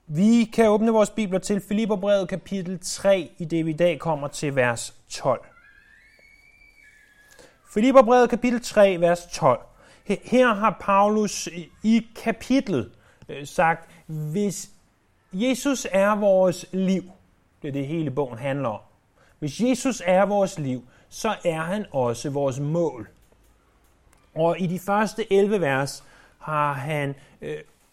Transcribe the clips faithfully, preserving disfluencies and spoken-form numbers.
Vi kan åbne vores bibler til Filipperbrevet kapitel tre, i det vi i dag kommer til vers tolv. Filipperbrevet kapitel tre, vers tolv. Her har Paulus i kapitlet sagt, hvis Jesus er vores liv, det er det hele bogen handler om. Hvis Jesus er vores liv, så er han også vores mål. Og i de første elleve vers har han øh,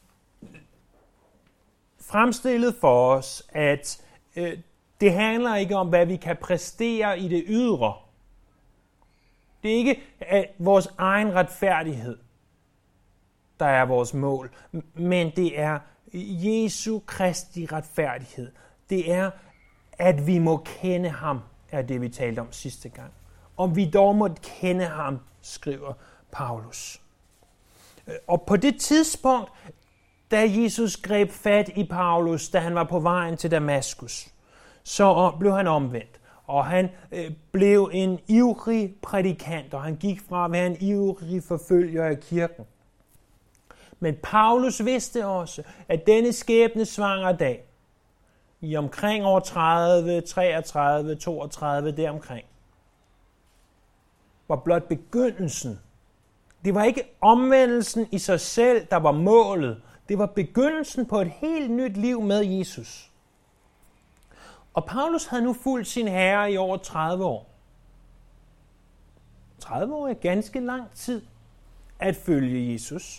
fremstillet for os, at øh, det handler ikke om, hvad vi kan præstere i det ydre. Det er ikke at vores egen retfærdighed, der er vores mål, men det er Jesu Kristi retfærdighed. Det er, at vi må kende ham, er det, vi talte om sidste gang. Om vi dog må kende ham, skriver Paulus. Og på det tidspunkt, da Jesus greb fat i Paulus, da han var på vejen til Damaskus, så blev han omvendt. Og han øh, blev en ivrig prædikant, og han gik fra at være en ivrig forfølger af kirken. Men Paulus vidste også, at denne skæbnesvangre dag, i omkring år tredive, treogtredive, toogtredive, deromkring, var blot begyndelsen. Det var ikke omvendelsen i sig selv, der var målet. Det var begyndelsen på et helt nyt liv med Jesus. Og Paulus havde nu fulgt sin herre i over tredive år. tredive år er ganske lang tid at følge Jesus.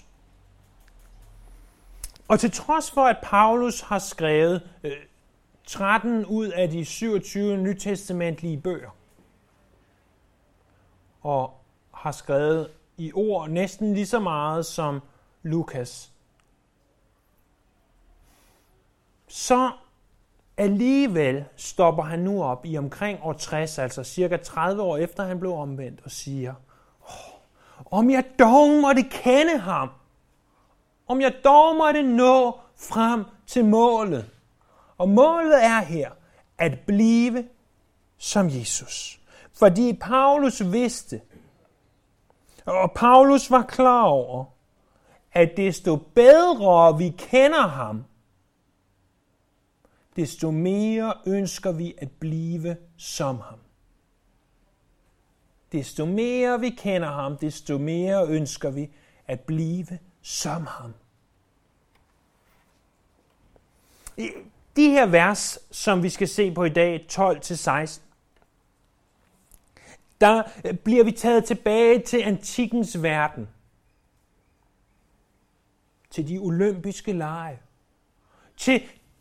Og til trods for, at Paulus har skrevet øh, tretten ud af de syvogtyve nytestamentlige bøger, og har skrevet i ord næsten lige så meget som Lukas, så alligevel stopper han nu op i omkring år tres, altså cirka tredive år efter han blev omvendt, og siger, oh, om jeg dog måtte kende ham, om jeg dog måtte nå frem til målet. Og målet er her, at blive som Jesus. Fordi Paulus vidste, og Paulus var klar over, at desto bedre vi kender ham, desto mere ønsker vi at blive som ham. Desto mere vi kender ham, desto mere ønsker vi at blive som ham. De her vers, som vi skal se på i dag, tolv til seksten, der bliver vi taget tilbage til antikkens verden. Til de olympiske lege. Til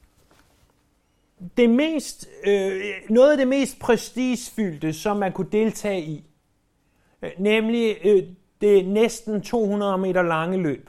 det mest, øh, noget af det mest prestigefyldte, som man kunne deltage i. Nemlig øh, det næsten to hundrede meter lange løb.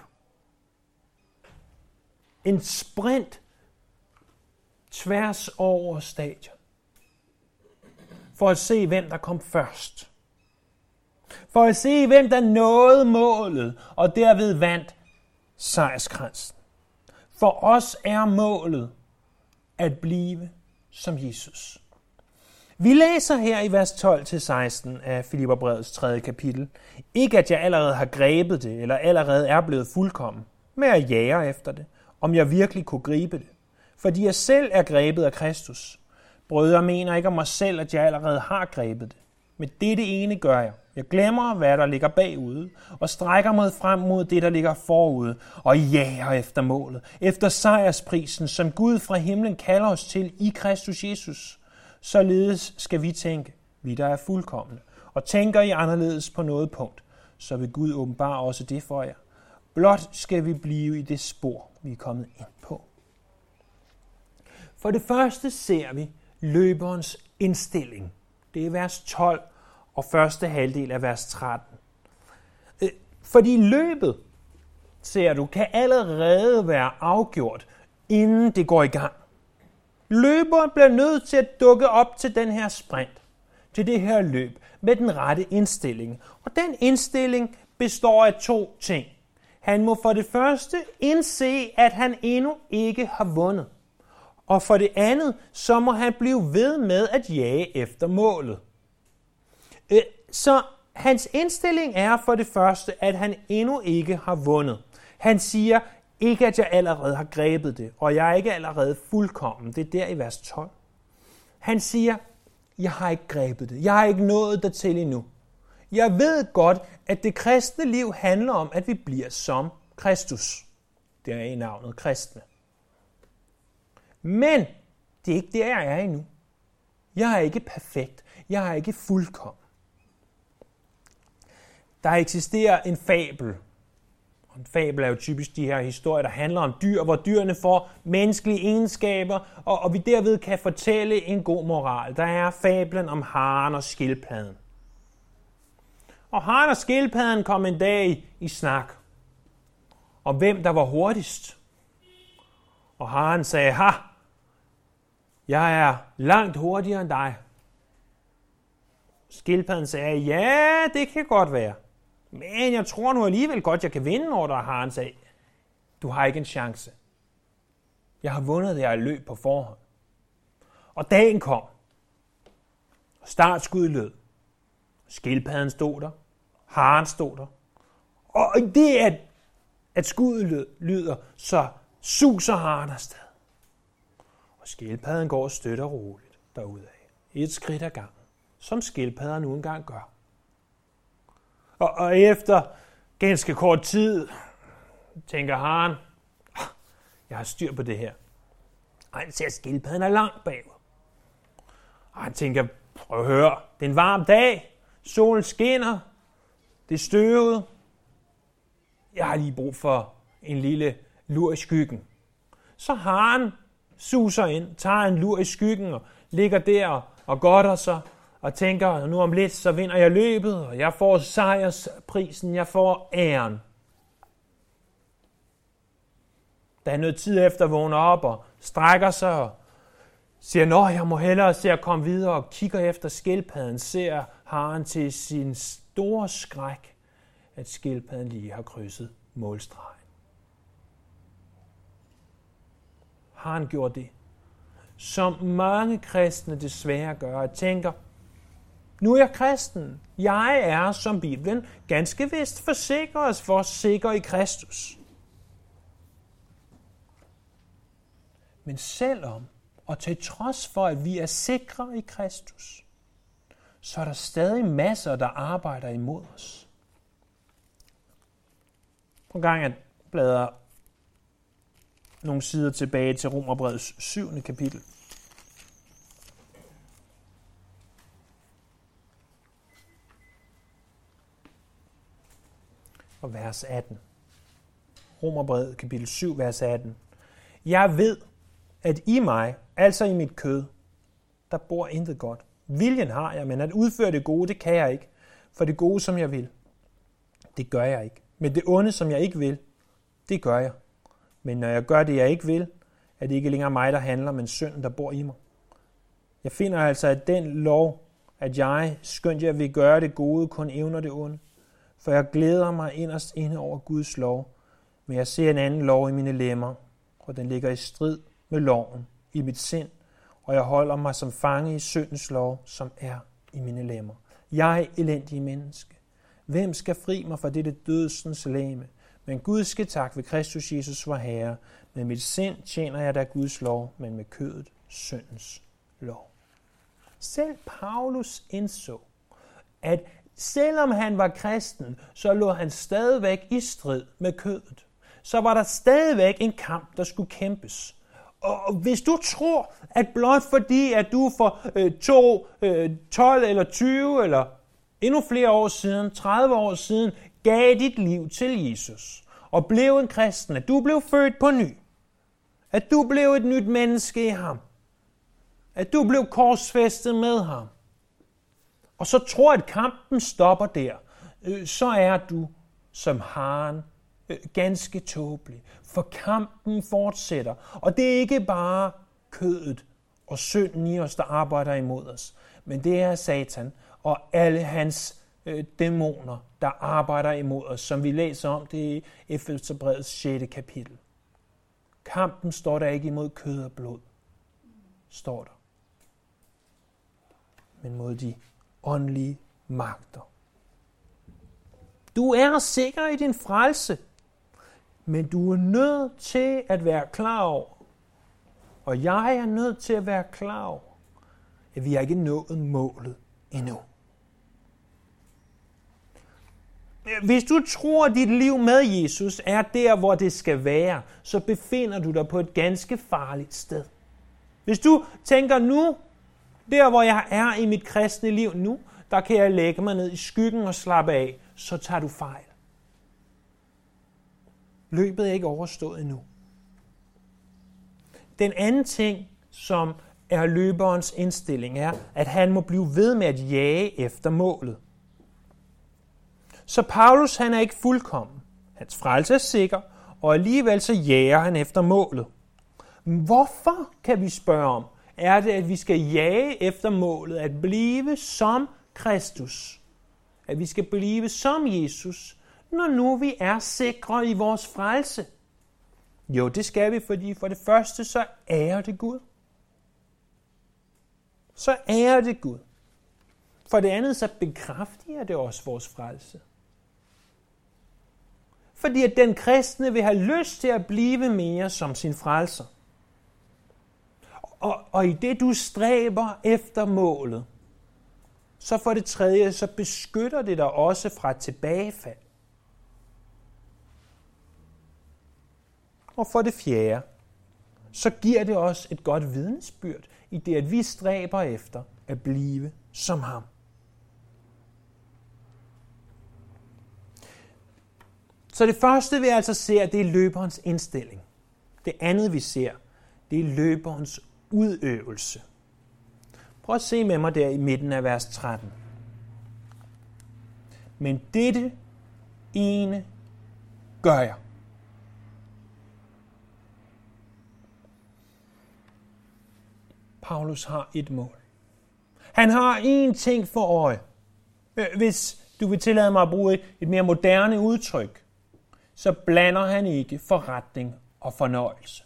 En sprint tværs over stadion. For at se, hvem der kom først. For at se, hvem der nåede målet, og derved vandt sejrskransen. For os er målet at blive som Jesus. Vi læser her i vers tolv til seksten af Filipperbrevets tredje kapitel, ikke at jeg allerede har grebet det, eller allerede er blevet fuldkommen, men jeg jager efter det, om jeg virkelig kunne gribe det. Fordi jeg selv er grebet af Kristus. Brødre, mener ikke om mig selv, at jeg allerede har grebet det. Men dette ene gør jeg. Jeg glemmer, hvad der ligger bagude, og strækker mig frem mod det, der ligger forude, og jager efter målet, efter sejrsprisen, som Gud fra himlen kalder os til i Kristus Jesus. Således skal vi tænke, vi der er fuldkomne, og tænker I anderledes på noget punkt, så vil Gud åbenbare også det for jer. Blot skal vi blive i det spor, vi er kommet ind på. For det første ser vi løberens indstilling. Det er vers tolv og første halvdel af vers tretten. Fordi løbet, ser du, kan allerede være afgjort, inden det går i gang. Løberen bliver nødt til at dukke op til den her sprint, til det her løb, med den rette indstilling. Og den indstilling består af to ting. Han må for det første indse, at han endnu ikke har vundet. Og for det andet, så må han blive ved med at jage efter målet. Så hans indstilling er for det første, at han endnu ikke har vundet. Han siger, Ikke at jeg allerede har grebet det, og jeg er ikke allerede fuldkommen. Det er der i vers tolv. Han siger, jeg har ikke grebet det. Jeg har ikke nået dertil endnu. Jeg ved godt, at det kristne liv handler om, at vi bliver som Kristus. Det er i navnet kristne. Men det er ikke der, jeg er endnu. Jeg er ikke perfekt. Jeg er ikke fuldkommen. Der eksisterer en fabel. En fabel er jo typisk de her historier, der handler om dyr, hvor dyrene får menneskelige egenskaber, og, og vi derved kan fortælle en god moral. Der er fablen om haren og skildpadden. Og haren og skildpadden kom en dag i, i snak om hvem der var hurtigst. Og haren sagde, ha, jeg er langt hurtigere end dig. Skildpadden sagde, ja, det kan godt være. Men jeg tror nu alligevel godt, jeg kan vinde over dig. Haren sagde, du har ikke en chance. Jeg har vundet det her løb på forhånd. Og dagen kom. Og startskuddet lød. Skildpadden stod der. Haren stod der. Og det, at, at skuddet lyder, så suser haren afsted. Og skildpadden går støt og roligt derudad. Et skridt ad gangen, som skildpadder nu engang gør. Og, og efter ganske kort tid, tænker haren, jeg har styr på det her. Og han ser, at skildpadden er langt bagud. Og han tænker, prøv at høre, det er en varm dag, solen skinner, det er støvet. Jeg har lige brug for en lille lur i skyggen. Så haren suser ind, tager en lur i skyggen og ligger der og godter sig. Og tænker, nu om lidt, så vinder jeg løbet, og jeg får sejrsprisen, jeg får æren. Da han noget tid efter vågner op og strækker sig og siger, nå, jeg må hellere se at komme videre, og kigger efter skildpadden, ser haren til sin store skræk, at skildpadden lige har krydset målstregen. Haren gjorde det, som mange kristne desværre gør, og tænker, nu er jeg kristen. Jeg er, som Bibelen ganske vist forsikrer os for, sikker i Kristus. Men selvom, og til trods for, at vi er sikre i Kristus, så er der stadig masser, der arbejder imod os. På gang at bladre nogle sider tilbage til Romerbrevets syvende kapitel. Og vers atten. Romerbrevet kapitel syv, vers atten. Jeg ved, at i mig, altså i mit kød, der bor intet godt. Viljen har jeg, men at udføre det gode, det kan jeg ikke. For det gode, som jeg vil, det gør jeg ikke. Men det onde, som jeg ikke vil, det gør jeg. Men når jeg gør det, jeg ikke vil, er det ikke længere mig, der handler, men synden, der bor i mig. Jeg finder altså, at den lov, at jeg, skønt jeg vil gøre det gode, kun evner det onde. For jeg glæder mig inderst inde over Guds lov, men jeg ser en anden lov i mine lemmer, og den ligger i strid med loven i mit sind, og jeg holder mig som fange i syndens lov, som er i mine lemmer. Jeg, elendige menneske, hvem skal fri mig fra dette dødsens legeme? Men Gud skal tak ved Kristus Jesus vor Herre. Med mit sind tjener jeg da Guds lov, men med kødet syndens lov. Selv Paulus indså, at selvom han var kristen, så lå han stadigvæk i strid med kødet. Så var der stadigvæk en kamp, der skulle kæmpes. Og hvis du tror, at blot fordi, at du for øh, to, øh, tolv eller tyve eller endnu flere år siden, tredive år siden, gav dit liv til Jesus og blev en kristen, at du blev født på ny, at du blev et nyt menneske i ham, at du blev korsfæstet med ham, og så tror, at kampen stopper der, øh, så er du som haren øh, ganske tåbelig. For kampen fortsætter, og det er ikke bare kødet og synden i os, der arbejder imod os, men det er Satan og alle hans øh, dæmoner, der arbejder imod os, som vi læser om det i Efeserbrevets sjette kapitel. Kampen står der ikke imod kød og blod, står der, men mod de åndelige magter. Du er sikker i din frelse, Men du er nødt til at være klar over, og jeg er nødt til at være klar over, at vi har ikke nået målet endnu. Hvis du tror, at dit liv med Jesus er der, hvor det skal være, så befinder du dig på et ganske farligt sted. Hvis du tænker nu, der hvor jeg er i mit kristne liv nu, der kan jeg lægge mig ned i skyggen og slappe af, så tager du fejl. Løbet er ikke overstået endnu. Den anden ting, som er løberens indstilling, er, at han må blive ved med at jage efter målet. Så Paulus, han er ikke fuldkommen. Hans frelse er sikker, og alligevel så jager han efter målet. Hvorfor, kan vi spørge om, er det, at vi skal jage efter målet, at blive som Kristus? At vi skal blive som Jesus, når nu vi er sikre i vores frelse? Jo, det skal vi, fordi for det første, så ærer det Gud. Så ærer det Gud. For det andet, så bekræfter det også vores frelse. Fordi at den kristne vil have lyst til at blive mere som sin frelser. Og, og i det du stræber efter målet, så for det tredje, så beskytter det dig også fra tilbagefald. Og for det fjerde, så giver det os et godt vidnesbyrd i det, at vi stræber efter at blive som ham. Så det første, vi altså ser, det er løberens indstilling. Det andet, vi ser, det er løberens udøvelse. Prøv at se med mig der i midten af vers tretten. Men dette ene gør jeg. Paulus har et mål. Han har én ting for øje. Hvis du vil tillade mig at bruge et mere moderne udtryk, så blander han ikke forretning og fornøjelse.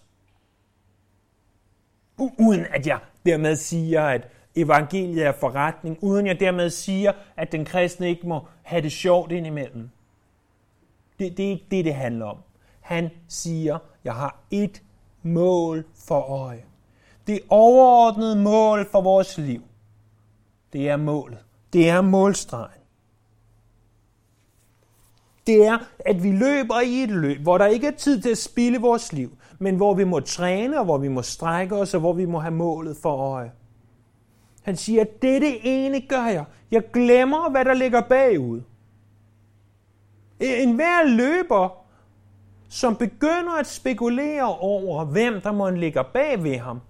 Uden at jeg dermed siger, at evangeliet er forretning, uden jeg dermed siger, at den kristne ikke må have det sjovt indimellem. Det, det er ikke det, det handler om. Han siger, jeg har et mål for øje. Det overordnede mål for vores liv, det er målet. Det er målstregen. Det er, at vi løber i et løb, hvor der ikke er tid til at spilde vores liv, men hvor vi må træne, og hvor vi må strække os, og hvor vi må have målet for øje. Han siger, at dette ene gør jeg. Jeg glemmer, hvad der ligger bagud. En hver løber, som begynder at spekulere over, hvem der må ligge bag ved ham,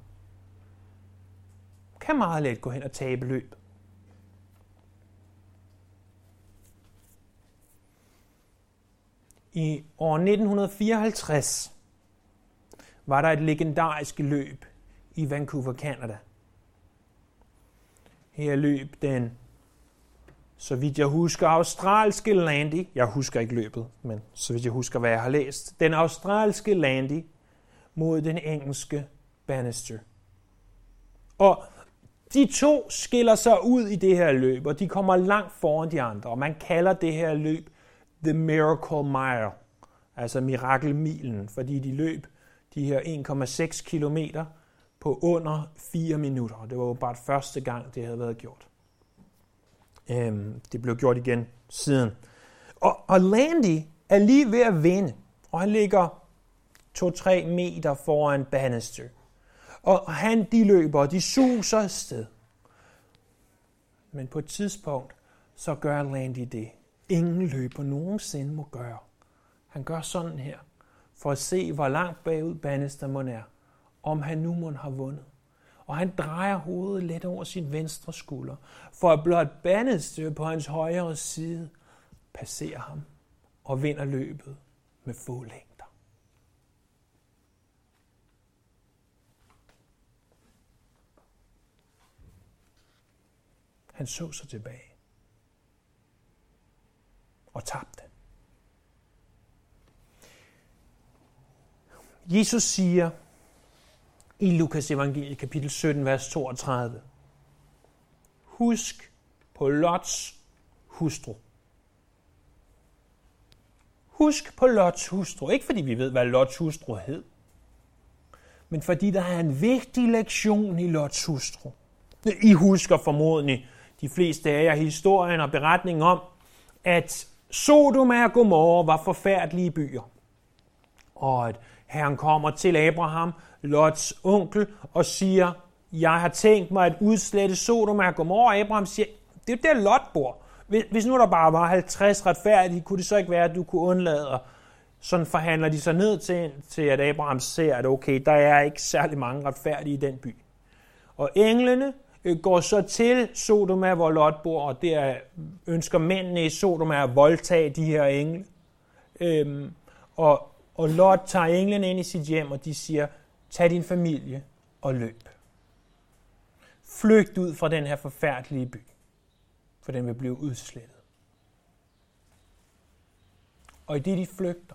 kan meget let gå hen og tabe løbet. I år nitten fireoghalvtreds var der et legendarisk løb i Vancouver, Canada. Her løb den, så vidt jeg husker, australske Landy. Jeg husker ikke løbet, men så vidt jeg husker, hvad jeg har læst. Den australske Landy mod den engelske Bannister. Og de to skiller sig ud i det her løb, og de kommer langt foran de andre. Og man kalder det her løb The Miracle Mile, altså mirakelmilen, fordi de løb de her en komma seks kilometer på under fire minutter. Det var jo bare første gang, det havde været gjort. Øhm, det blev gjort igen siden. Og, og Landy er lige ved at vinde, og han ligger to til tre meter foran Bannister. Og han, de løber, de suser afsted. Men på et tidspunkt, så gør Landy det. Ingen løber nogensinde må gøre. Han gør sådan her, for at se, hvor langt bagud Bannister må er, om han nu må have vundet. Og han drejer hovedet let over sin venstre skulder, for at blot Bannister på hans højre side passerer ham og vinder løbet med få længder. Han så sig tilbage og tabte. Jesus siger i Lukas evangeliet kapitel sytten, vers toogtredive, husk på Lots hustru. Husk på Lots hustru. Ikke fordi vi ved, hvad Lots hustru hed, men fordi der er en vigtig lektion i Lots hustru. I husker formodentlig de fleste af jer historien og beretningen om, at Sodoma og Gomorra var forfærdelige byer. Og at Herren kommer til Abraham, Lots onkel, og siger, jeg har tænkt mig at udslette Sodoma og Gomorra. Abraham siger, det er jo der Lot bor. Hvis nu der bare var halvtreds retfærdige, kunne det så ikke være, at du kunne undlade. Sådan forhandler de sig ned til, til at Abraham ser, at okay, der er ikke særlig mange retfærdige i den by. Og englene går så til Sodoma, hvor Lot bor, og der ønsker mændene i Sodoma at voldtage de her engle. Øhm, og, og Lot tager englene ind i sit hjem, og de siger, tag din familie og løb. Flygt ud fra den her forfærdelige by, for den vil blive udslettet. Og i det de flygter,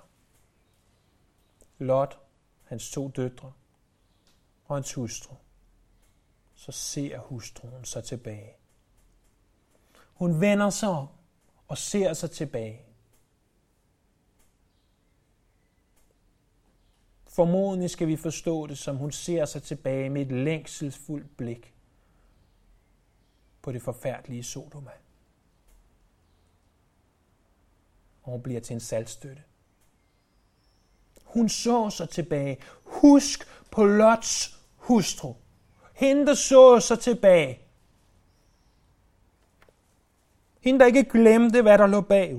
Lot, hans to døtre og hans hustru, så ser hustruen sig tilbage. Hun vender sig om og ser sig tilbage. Formodentlig skal vi forstå det, som hun ser sig tilbage med et længselsfuldt blik på det forfærdelige Sodoma. Og hun bliver til en saltstøtte. Hun så sig tilbage. Husk på Lots hustru. Hende, der så sig tilbage. Hende, der ikke glemte, hvad der lå bagud.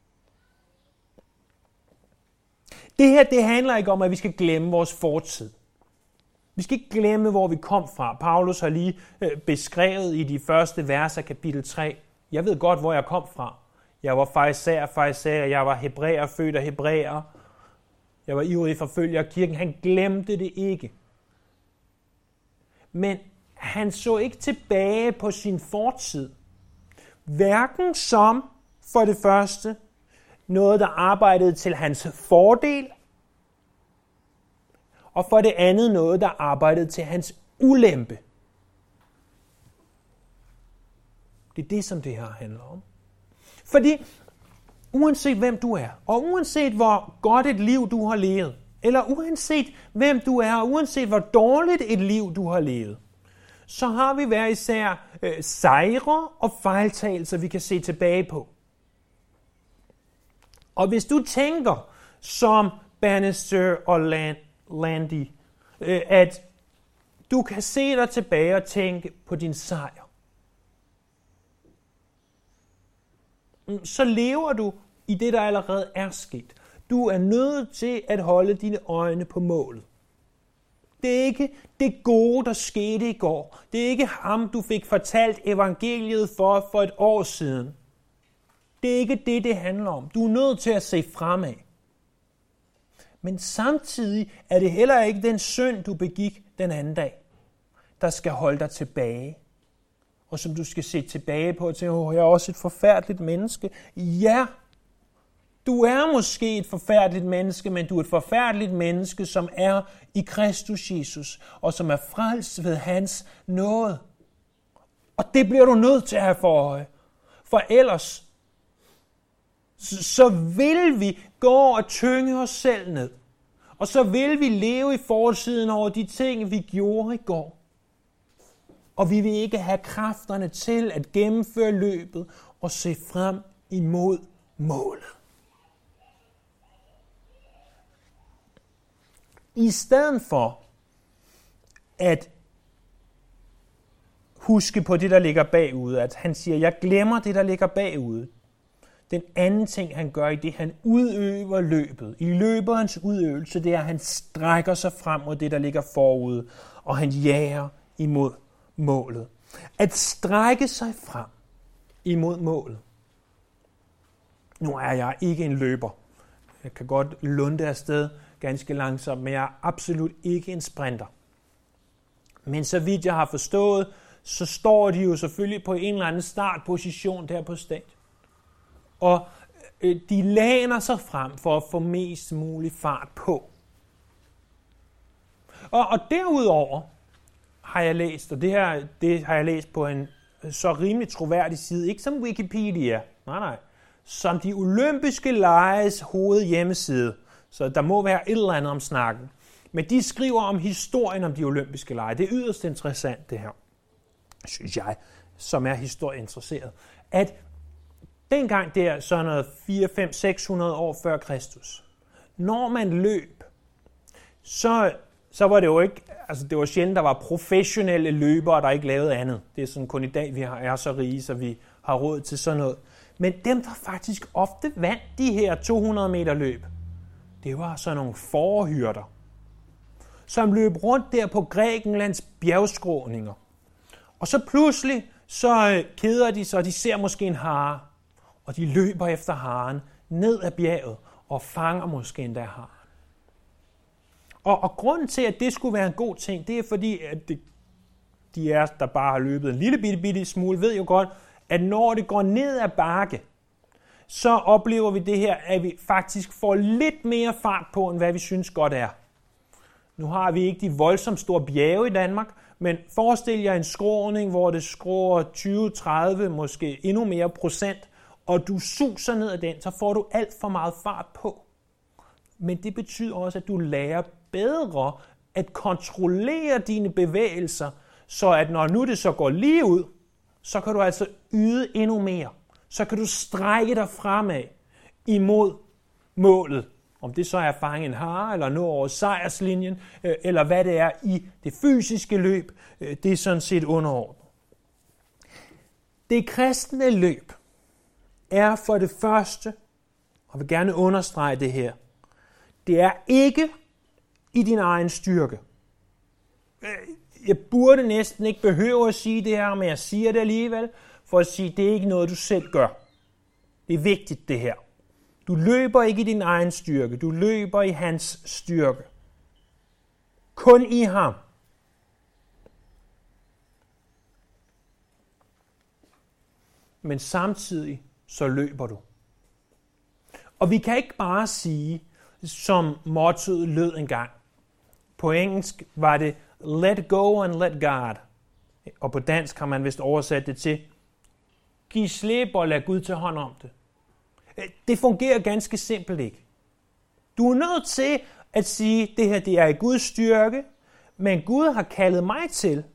Det her, det handler ikke om, at vi skal glemme vores fortid. Vi skal ikke glemme, hvor vi kom fra. Paulus har lige beskrevet i de første vers af kapitel tre. Jeg ved godt, hvor jeg kom fra. Jeg var farisæer, farisæer. Jeg var hebræer, født af hebræer. Jeg var ivrig forfølger af kirken. Han glemte det ikke. Men han så ikke tilbage på sin fortid. Hverken som, for det første, noget, der arbejdede til hans fordel, og for det andet noget, der arbejdede til hans ulempe. Det er det, som det her handler om. Fordi uanset hvem du er, og uanset hvor godt et liv du har levet, eller uanset hvem du er, og uanset hvor dårligt et liv du har levet, så har vi hver især øh, sejre og fejltagelser, vi kan se tilbage på. Og hvis du tænker som Bannister og Land, Landy, øh, at du kan se dig tilbage og tænke på din sejr, så lever du i det, der allerede er sket. Du er nødt til at holde dine øjne på målet. Det er ikke det gode, der skete i går. Det er ikke ham, du fik fortalt evangeliet for for et år siden. Det er ikke det, det handler om. Du er nødt til at se fremad. Men samtidig er det heller ikke den synd, du begik den anden dag, der skal holde dig tilbage. Og som du skal se tilbage på og tænke, åh, jeg er også et forfærdeligt menneske. Ja, du er måske et forfærdeligt menneske, men du er et forfærdeligt menneske, som er i Kristus Jesus, og som er frelst ved hans nåde. Og det bliver du nødt til at have for øje. For ellers, så vil vi gå og tynge os selv ned. Og så vil vi leve i fortiden over de ting, vi gjorde i går. Og vi vil ikke have kræfterne til at gennemføre løbet og se frem imod målet. I stedet for at huske på det, der ligger bagude, at han siger, jeg glemmer det, der ligger bagude. Den anden ting, han gør i det, han udøver løbet. I løbet af hans udøvelse, det er, at han strækker sig frem mod det, der ligger forude, og han jager imod målet. At strække sig frem imod målet. Nu er jeg ikke en løber. Jeg kan godt lunde afsted ganske langsomt, men jeg er absolut ikke en sprinter. Men så vidt jeg har forstået, så står de jo selvfølgelig på en eller anden startposition der på stadion. Og de læner sig frem for at få mest mulig fart på. Og, og derudover har jeg læst, og det her det har jeg læst på en så rimelig troværdig side, ikke som Wikipedia, nej nej, som de olympiske leges hovedhjemmeside. Så der må være et eller andet om snakken. Men de skriver om historien om de olympiske lege. Det er yderst interessant, det her, synes jeg, som er historieinteresseret. At dengang der, sådan noget fire, fem, seks hundrede år før Kristus, når man løb, så, så var det jo ikke, altså det var sjældent, der var professionelle løbere, der ikke lavede andet. Det er sådan kun i dag, vi er så rige, så vi har råd til sådan noget. Men dem, der faktisk ofte vandt de her to hundrede meter løb, det var sådan nogle forhyrter, som løb rundt der på Grækenlands bjergskråninger. Og så pludselig, så keder de sig, og de ser måske en hare, og de løber efter haren ned ad bjerget, og fanger måske endda haren. Og, og grunden til, at det skulle være en god ting, det er fordi, at det, de er, der bare har løbet en lille bitte, bitte smule, ved jo godt, at når det går ned ad bakke, så oplever vi det her, at vi faktisk får lidt mere fart på, end hvad vi synes godt er. Nu har vi ikke de voldsomt store bjerge i Danmark, men forestil jer en skråning, hvor det skråer tyve, tredive, måske endnu mere procent, og du suser ned ad den, så får du alt for meget fart på. Men det betyder også, at du lærer bedre at kontrollere dine bevægelser, så at når nu det så går lige ud, så kan du altså yde endnu mere. Så kan du strække dig fremad imod målet. Om det så er at fange en hare, eller nå over sejrslinjen, eller hvad det er i det fysiske løb, det er sådan set underordnet. Det kristne løb er for det første, og vil gerne understrege det her, det er ikke i din egen styrke. Jeg burde næsten ikke behøve at sige det her, men jeg siger det alligevel, for at sige, at det er ikke noget, du selv gør. Det er vigtigt, det her. Du løber ikke i din egen styrke, du løber i hans styrke. Kun i ham. Men samtidig så løber du. Og vi kan ikke bare sige, som mottoet lød engang. På engelsk var det let go and let God. Og på dansk har man vist oversat det til giv slip og lad Gud tage hånd om det. Det fungerer ganske simpelt ikke. Du er nødt til at sige, at det her det er i Guds styrke, men Gud har kaldet mig til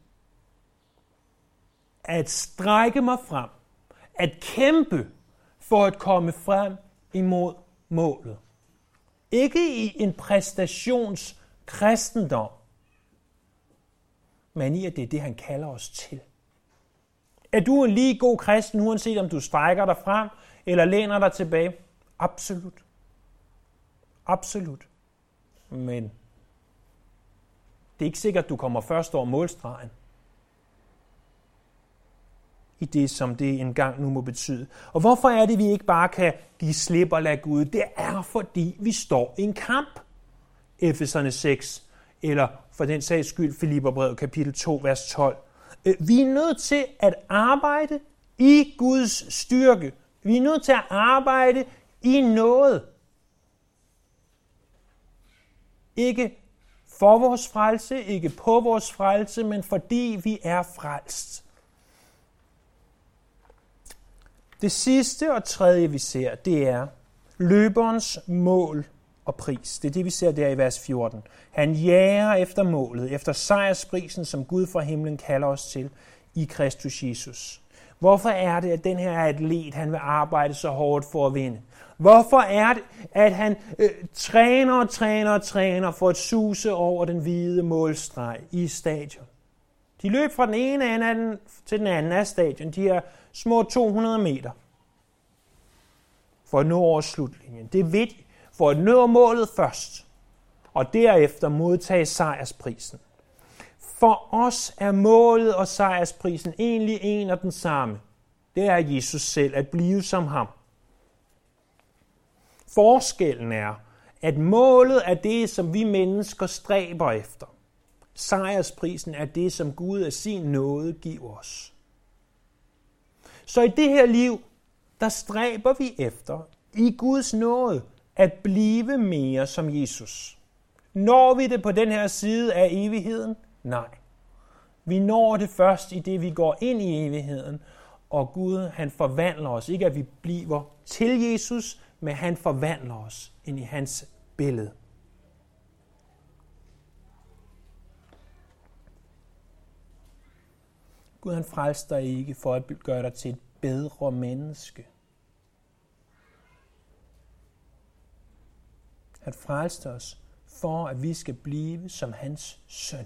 at strække mig frem, at kæmpe for at komme frem imod målet. Ikke i en præstationskristendom, men i at det er det, han kalder os til. Er du en lige god kristen, uanset om du strækker dig frem eller læner dig tilbage? Absolut. Absolut. Men det er ikke sikkert, at du kommer først over målstregen i det, som det engang nu må betyde. Og hvorfor er det, vi ikke bare kan give slip og lade Gud? Det er, fordi vi står i en kamp. Efeserne seks, eller for den sags skyld Filipperbrevet kapitel to, vers tolv. Vi er nødt til at arbejde i Guds styrke. Vi er nødt til at arbejde i noget. Ikke for vores frelse, ikke på vores frelse, men fordi vi er frelst. Det sidste og tredje, vi ser, det er løberens mål og pris. Det er det, vi ser der i vers fjorten. Han jager efter målet, efter sejrsprisen, som Gud fra himlen kalder os til i Kristus Jesus. Hvorfor er det, at den her atlet, han vil arbejde så hårdt for at vinde? Hvorfor er det, at han øh, træner og træner og træner for at suse over den hvide målstreg i stadion? De løb fra den ene ende af den, til den anden af stadion. De er små to hundrede meter for at nå over slutlinjen. Det er vigtigt for at nå målet først, og derefter modtage sejrsprisen. For os er målet og sejrsprisen egentlig en og den samme. Det er Jesus selv, at blive som ham. Forskellen er, at målet er det, som vi mennesker stræber efter. Sejrsprisen er det, som Gud af sin nåde giver os. Så i det her liv, der stræber vi efter, i Guds nåde, at blive mere som Jesus. Når vi det på den her side af evigheden? Nej. Vi når det først i det, vi går ind i evigheden, Og Gud, han forvandler os. Ikke at vi bliver til Jesus, men han forvandler os ind i hans billede. Gud, han frelser dig ikke for at gøre dig til et bedre menneske. Han frelser os for, at vi skal blive som hans søn.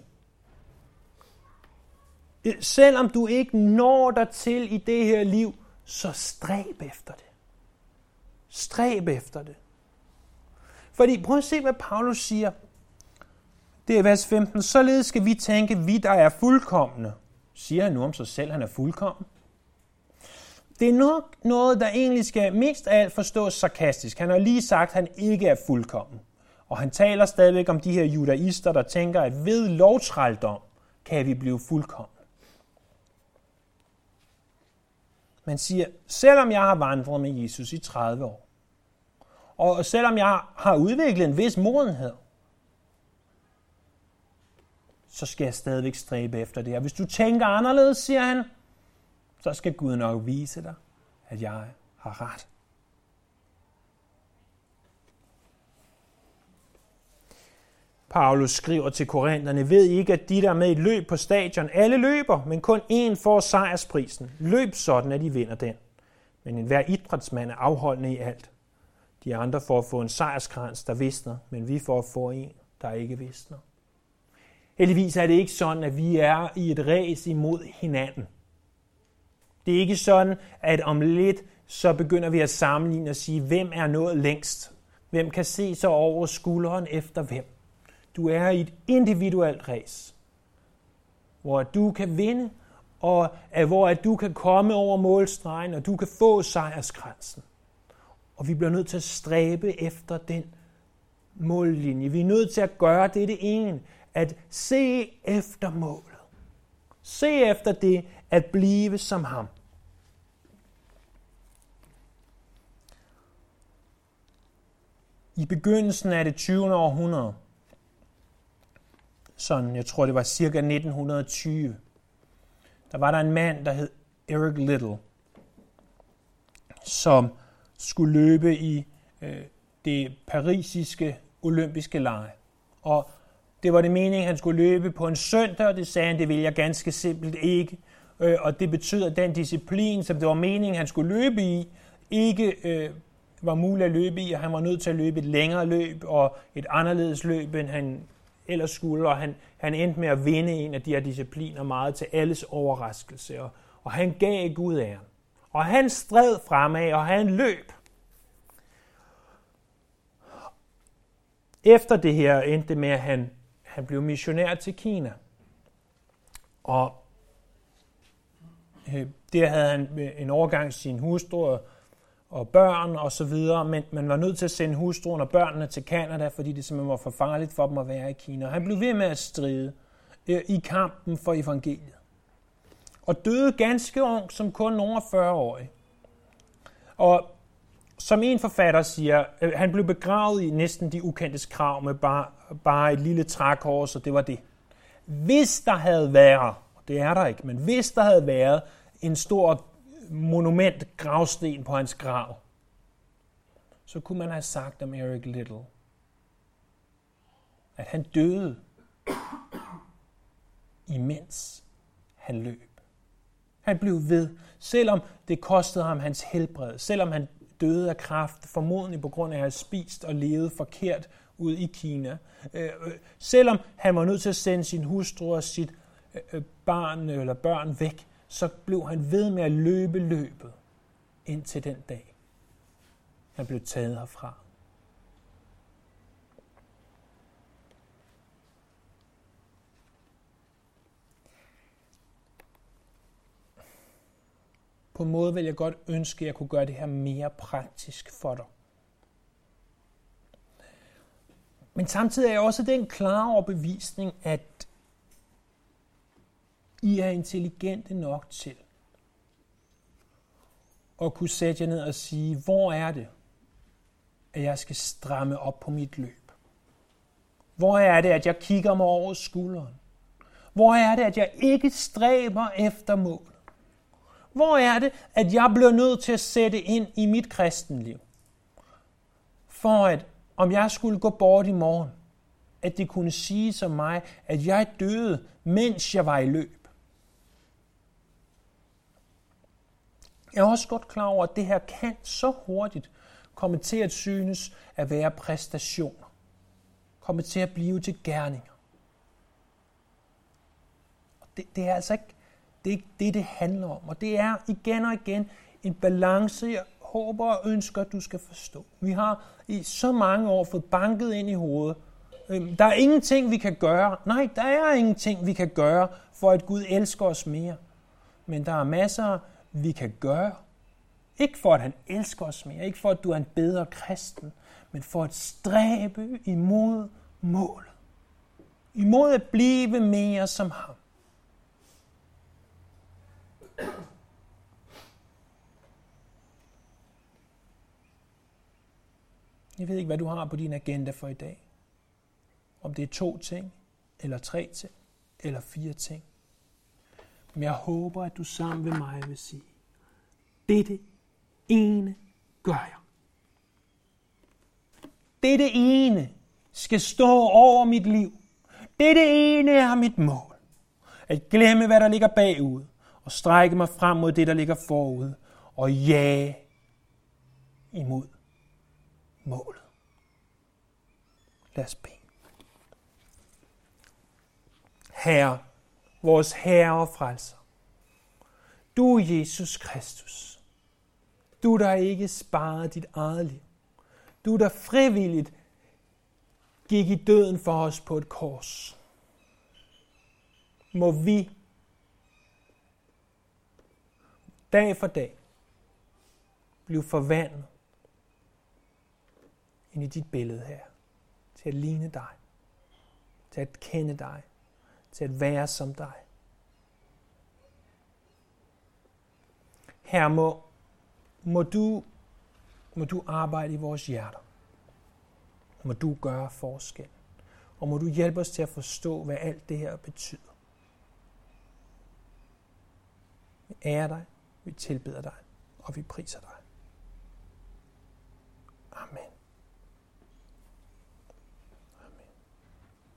Selvom du ikke når dig til i det her liv, så stræb efter det. Stræb efter det. Fordi prøv at se, hvad Paulus siger. Det er vers femten. Således skal vi tænke, vi der er fuldkomne. Siger han nu om sig selv, han er fuldkommen? Det er nok noget, der egentlig skal mest af alt forstås sarkastisk. Han har lige sagt, at han ikke er fuldkommen. Og han taler stadigvæk om de her judaister, der tænker, at ved lovtrældom kan vi blive fuldkommen. Man siger, selvom jeg har vandret med Jesus i tredive år, og selvom jeg har udviklet en vis modenhed, så skal jeg stadigvæk stræbe efter det. Og hvis du tænker anderledes, siger han, så skal Gud nok vise dig, at jeg har ret. Paulus skriver til korinterne, ved I ikke, at de der er med i et løb på stadion, alle løber, men kun én får sejrsprisen. Løb sådan, at de vinder den. Men enhver idrætsmand er afholdende i alt. De andre får at få en sejrskrans, der visner, men vi får at få en, der ikke visner. Heldigvis er det ikke sådan, at vi er i et ræs imod hinanden. Det er ikke sådan, at om lidt, så begynder vi at sammenligne og sige, hvem er nået længst? Hvem kan se sig over skulderen efter hvem? Du er i et individuelt ræs, hvor du kan vinde, og hvor du kan komme over målstregen, og du kan få sejrskransen. Og vi bliver nødt til at stræbe efter den mållinje. Vi er nødt til at gøre det det ene, at se efter målet. Se efter det, at blive som ham. I begyndelsen af det tyvende århundrede, sådan, jeg tror det var cirka nitten tyve, der var der en mand, der hed Eric Liddell, som skulle løbe i øh, det parisiske olympiske lege. Og det var det meningen, han skulle løbe på en søndag, og det sagde han, det ville jeg ganske simpelt ikke. Øh, og det betyder, at den disciplin, som det var meningen, han skulle løbe i, ikke øh, var muligt at løbe i, og han var nødt til at løbe et længere løb, og et anderledes løb, end han ellers skulle, og han, han endte med at vinde en af de her discipliner meget til alles overraskelse, og, og han gav Gud æren. Og han stræd fremad, og han løb. Efter det her endte det med, at han, han blev missionær til Kina. Og øh, der havde han en overgang sin hustru og børn og så videre, men man var nødt til at sende hustruen og børnene til Canada, fordi det simpelthen var for farligt for dem at være i Kina. Og han blev ved med at stride øh, i kampen for evangeliet. Og døde ganske ung, som kun nogen af fyrre-årig. Og som en forfatter siger, øh, han blev begravet i næsten de ukendtes grav med bare, bare et lille trækors, og det var det. Hvis der havde været, og det er der ikke, men hvis der havde været en stor monument gravsten på hans grav, så kunne man have sagt om Eric Liddell, at han døde, imens han løb. Han blev ved, selvom det kostede ham hans helbred, selvom han døde af kræft, formodentlig på grund af at have spist og levet forkert ude i Kina. Øh, øh, selvom han var nødt til at sende sin hustru og sit øh, barn eller børn væk, så blev han ved med at løbe løbet indtil den dag, han blev taget herfra. På en måde vil jeg godt ønske, at jeg kunne gøre det her mere praktisk for dig. Men samtidig er jeg også den klare overbevisning, at I er intelligente nok til at kunne sætte jer ned og sige, hvor er det, at jeg skal stramme op på mit løb? Hvor er det, at jeg kigger mig over skulderen? Hvor er det, at jeg ikke stræber efter mål? Hvor er det, at jeg bliver nødt til at sætte ind i mit kristenliv? For at, om jeg skulle gå bort i morgen, at det kunne sige som mig, at jeg døde, mens jeg var i løb. Jeg er også godt klar over, at det her kan så hurtigt komme til at synes at være præstationer. Komme til at blive til gerninger. Det, det er altså ikke det, er ikke det, det handler om. Og det er igen og igen en balance, jeg håber og ønsker, at du skal forstå. Vi har i så mange år fået banket ind i hovedet. Der er ingenting, vi kan gøre. Nej, der er ingenting, vi kan gøre, for at Gud elsker os mere. Men der er masser, vi kan gøre. Ikke for, at han elsker os mere. Ikke for, at du er en bedre kristen. Men for at stræbe imod målet. Imod at blive mere som ham. Jeg ved ikke, hvad du har på din agenda for i dag. Om det er to ting, eller tre ting, eller fire ting. Men jeg håber, at du sammen med mig vil sige, dette ene gør jeg. Dette ene skal stå over mit liv. Dette ene er mit mål. At glemme, hvad der ligger bagud, og strække mig frem mod det, der ligger forud, og jage imod målet. Lad os bede. Herre, vores Herre og Frelser, du er Jesus Kristus. Du, der ikke sparede dit eget liv. Du, der frivilligt gik i døden for os på et kors. Må vi dag for dag blive forvandlet ind i dit billede her. Til at ligne dig. Til at kende dig. Til at være som dig. Herre, må, må, du, må du arbejde i vores hjerter. Må du gøre forskel. Og må du hjælpe os til at forstå, hvad alt det her betyder. Vi ærer dig, vi tilbeder dig, og vi priser dig.